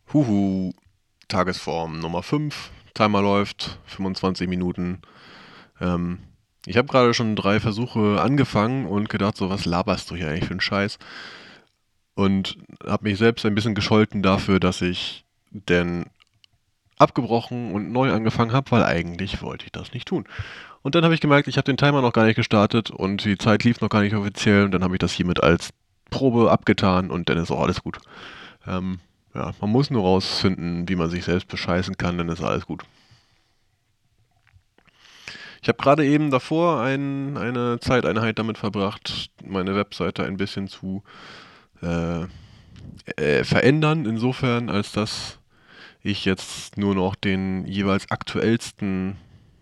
Huhu, Tagesform Nummer 5. Timer läuft, 25 Minuten. Ähm, Ich habe gerade schon 3 Versuche angefangen und gedacht, so was laberst du hier eigentlich für einen Scheiß? Und habe mich selbst ein bisschen gescholten dafür, dass ich denn abgebrochen und neu angefangen habe, weil eigentlich wollte ich das nicht tun. Und dann habe ich gemerkt, ich habe den Timer noch gar nicht gestartet und die Zeit lief noch gar nicht offiziell und dann habe ich das hiermit als Probe abgetan und dann ist auch alles gut. Ähm, ja, man muss nur rausfinden, wie man sich selbst bescheißen kann, dann ist alles gut. Ich habe gerade eben davor eine Zeiteinheit damit verbracht, meine Webseite ein bisschen zu äh, verändern, insofern, als dass ich jetzt nur noch den jeweils aktuellsten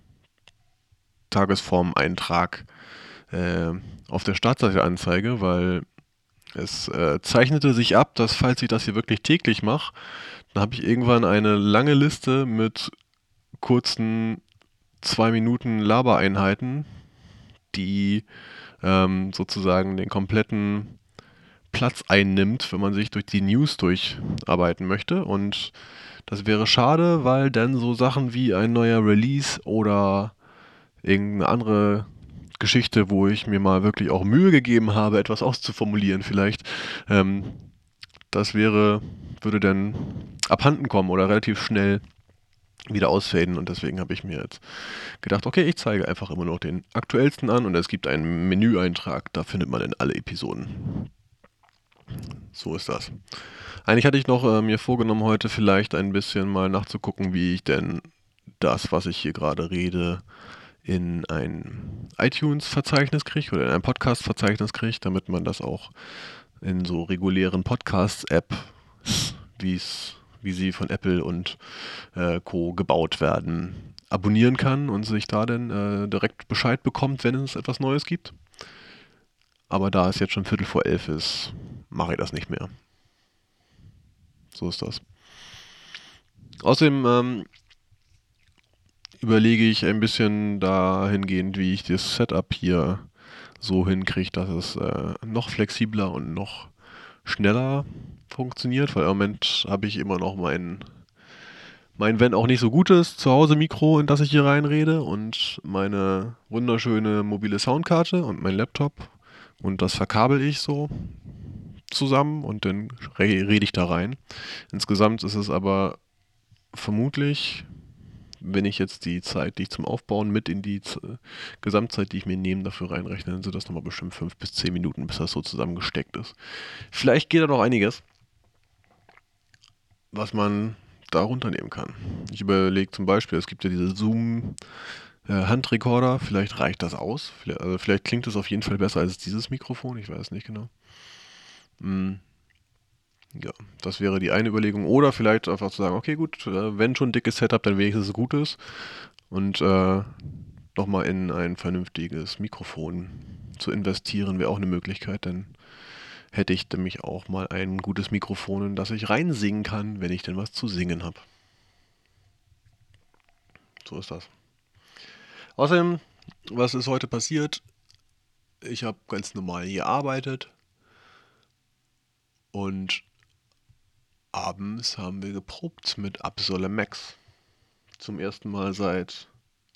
Tagesform-Eintrag äh, auf der Startseite anzeige, weil es zeichnete sich ab, dass falls ich das hier wirklich täglich mache, dann habe ich irgendwann eine lange Liste mit kurzen 2 Minuten Labereinheiten, die sozusagen den kompletten Platz einnimmt, wenn man sich durch die News durcharbeiten möchte. Und das wäre schade, weil dann so Sachen wie ein neuer Release oder irgendeine andere Geschichte, wo ich mir mal wirklich auch Mühe gegeben habe, etwas auszuformulieren vielleicht, ähm, das würde dann abhanden kommen oder relativ schnell wieder ausfaden und deswegen habe ich mir jetzt gedacht, okay, ich zeige einfach immer noch den aktuellsten an und es gibt einen Menüeintrag, da findet man dann alle Episoden. So ist das. Eigentlich hatte ich noch mir vorgenommen, heute vielleicht ein bisschen mal nachzugucken, wie ich denn das, was ich hier gerade rede, in ein iTunes-Verzeichnis kriege oder in ein Podcast-Verzeichnis kriege, damit man das auch in so regulären Podcast-Apps, wie sie von Apple und Co. gebaut werden, abonnieren kann und sich da dann direkt Bescheid bekommt, wenn es etwas Neues gibt. Aber da es jetzt schon Viertel vor 11 ist, mache ich das nicht mehr. So ist das. Außerdem überlege ich ein bisschen dahingehend, wie ich das Setup hier so hinkriege, dass es noch flexibler und noch schneller funktioniert, weil im Moment habe ich immer noch mein, wenn auch nicht so gutes Zuhause-Mikro, in das ich hier reinrede und meine wunderschöne mobile Soundkarte und mein Laptop und das verkabel ich so zusammen und dann rede ich da rein. Insgesamt ist es aber vermutlich, wenn ich jetzt die Zeit, die ich zum Aufbauen mit in die Gesamtzeit, die ich mir nehme, dafür reinrechne, dann sind das nochmal bestimmt 5 bis 10 Minuten, bis das so zusammengesteckt ist. Vielleicht geht da noch einiges, was man da runternehmen kann. Ich überlege zum Beispiel, es gibt ja diese Zoom Handrekorder, vielleicht reicht das aus. Vielleicht klingt es auf jeden Fall besser als dieses Mikrofon, ich weiß nicht genau. Mm, ja, das wäre die eine Überlegung. Oder vielleicht einfach zu sagen, okay, gut, wenn schon dickes Setup, dann wenigstens gutes. Und nochmal in ein vernünftiges Mikrofon zu investieren, wäre auch eine Möglichkeit. Dann hätte ich nämlich auch mal ein gutes Mikrofon, in das ich reinsingen kann, wenn ich denn was zu singen habe. So ist das. Außerdem, was ist heute passiert? Ich habe ganz normal gearbeitet und abends haben wir geprobt mit Absolem Max. Zum ersten Mal seit,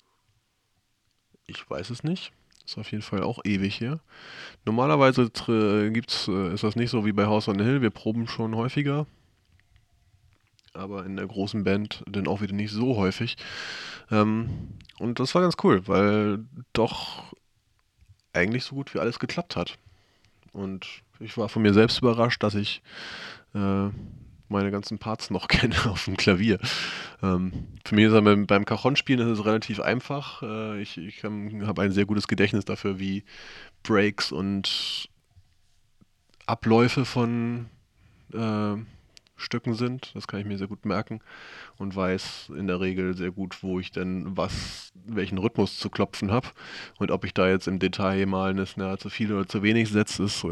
ich weiß es nicht, ist auf jeden Fall auch ewig her. Normalerweise ist das nicht so wie bei House on the Hill, wir proben schon häufiger, aber in der großen Band dann auch wieder nicht so häufig. Und das war ganz cool, weil doch eigentlich so gut wie alles geklappt hat. Und ich war von mir selbst überrascht, dass ich äh, meine ganzen Parts noch kenne auf dem Klavier. Für mich ist es beim Cajon-Spielen ist es relativ einfach. Ich habe ein sehr gutes Gedächtnis dafür, wie Breaks und Abläufe von äh, Stücken sind. Das kann ich mir sehr gut merken und weiß in der Regel sehr gut, wo ich denn welchen Rhythmus zu klopfen habe. Und ob ich da jetzt im Detail mal eine Snare zu viel oder zu wenig setze, ist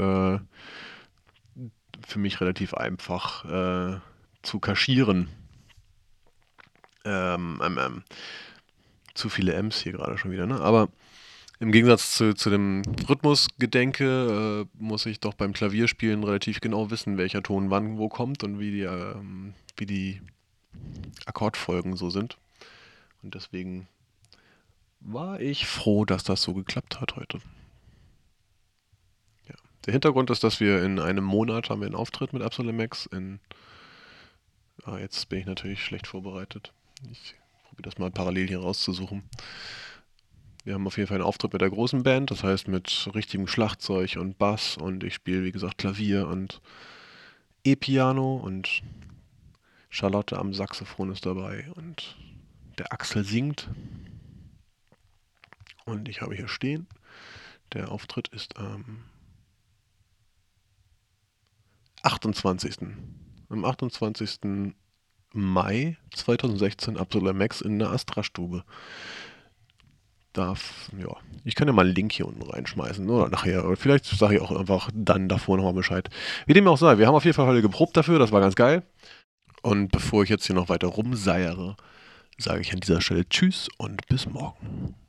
für mich relativ einfach zu kaschieren. Ähm, ähm, ähm, zu viele M's hier gerade schon wieder, ne? Aber Im Gegensatz zu dem Rhythmusgedenke muss ich doch beim Klavierspielen relativ genau wissen, welcher Ton wann wo kommt und wie die Akkordfolgen so sind. Und deswegen war ich froh, dass das so geklappt hat heute. Ja. Der Hintergrund ist, dass wir in einem Monat haben wir einen Auftritt mit Absolute Max jetzt bin ich natürlich schlecht vorbereitet. Ich probiere das mal parallel hier rauszusuchen. Wir haben auf jeden Fall einen Auftritt mit der großen Band, das heißt mit richtigem Schlagzeug und Bass und ich spiele, wie gesagt, Klavier und E-Piano und Charlotte am Saxophon ist dabei und der Axel singt und ich habe hier stehen. Der Auftritt ist am 28. Am 28. Mai 2016 Absolute Max in der Astra-Stube. Ja, ich kann ja mal einen Link hier unten reinschmeißen oder nachher. Oder vielleicht sage ich auch einfach dann davor nochmal Bescheid. Wie dem auch sei, wir haben auf jeden Fall heute geprobt dafür, das war ganz geil. Und bevor ich jetzt hier noch weiter rumseiere, sage ich an dieser Stelle Tschüss und bis morgen.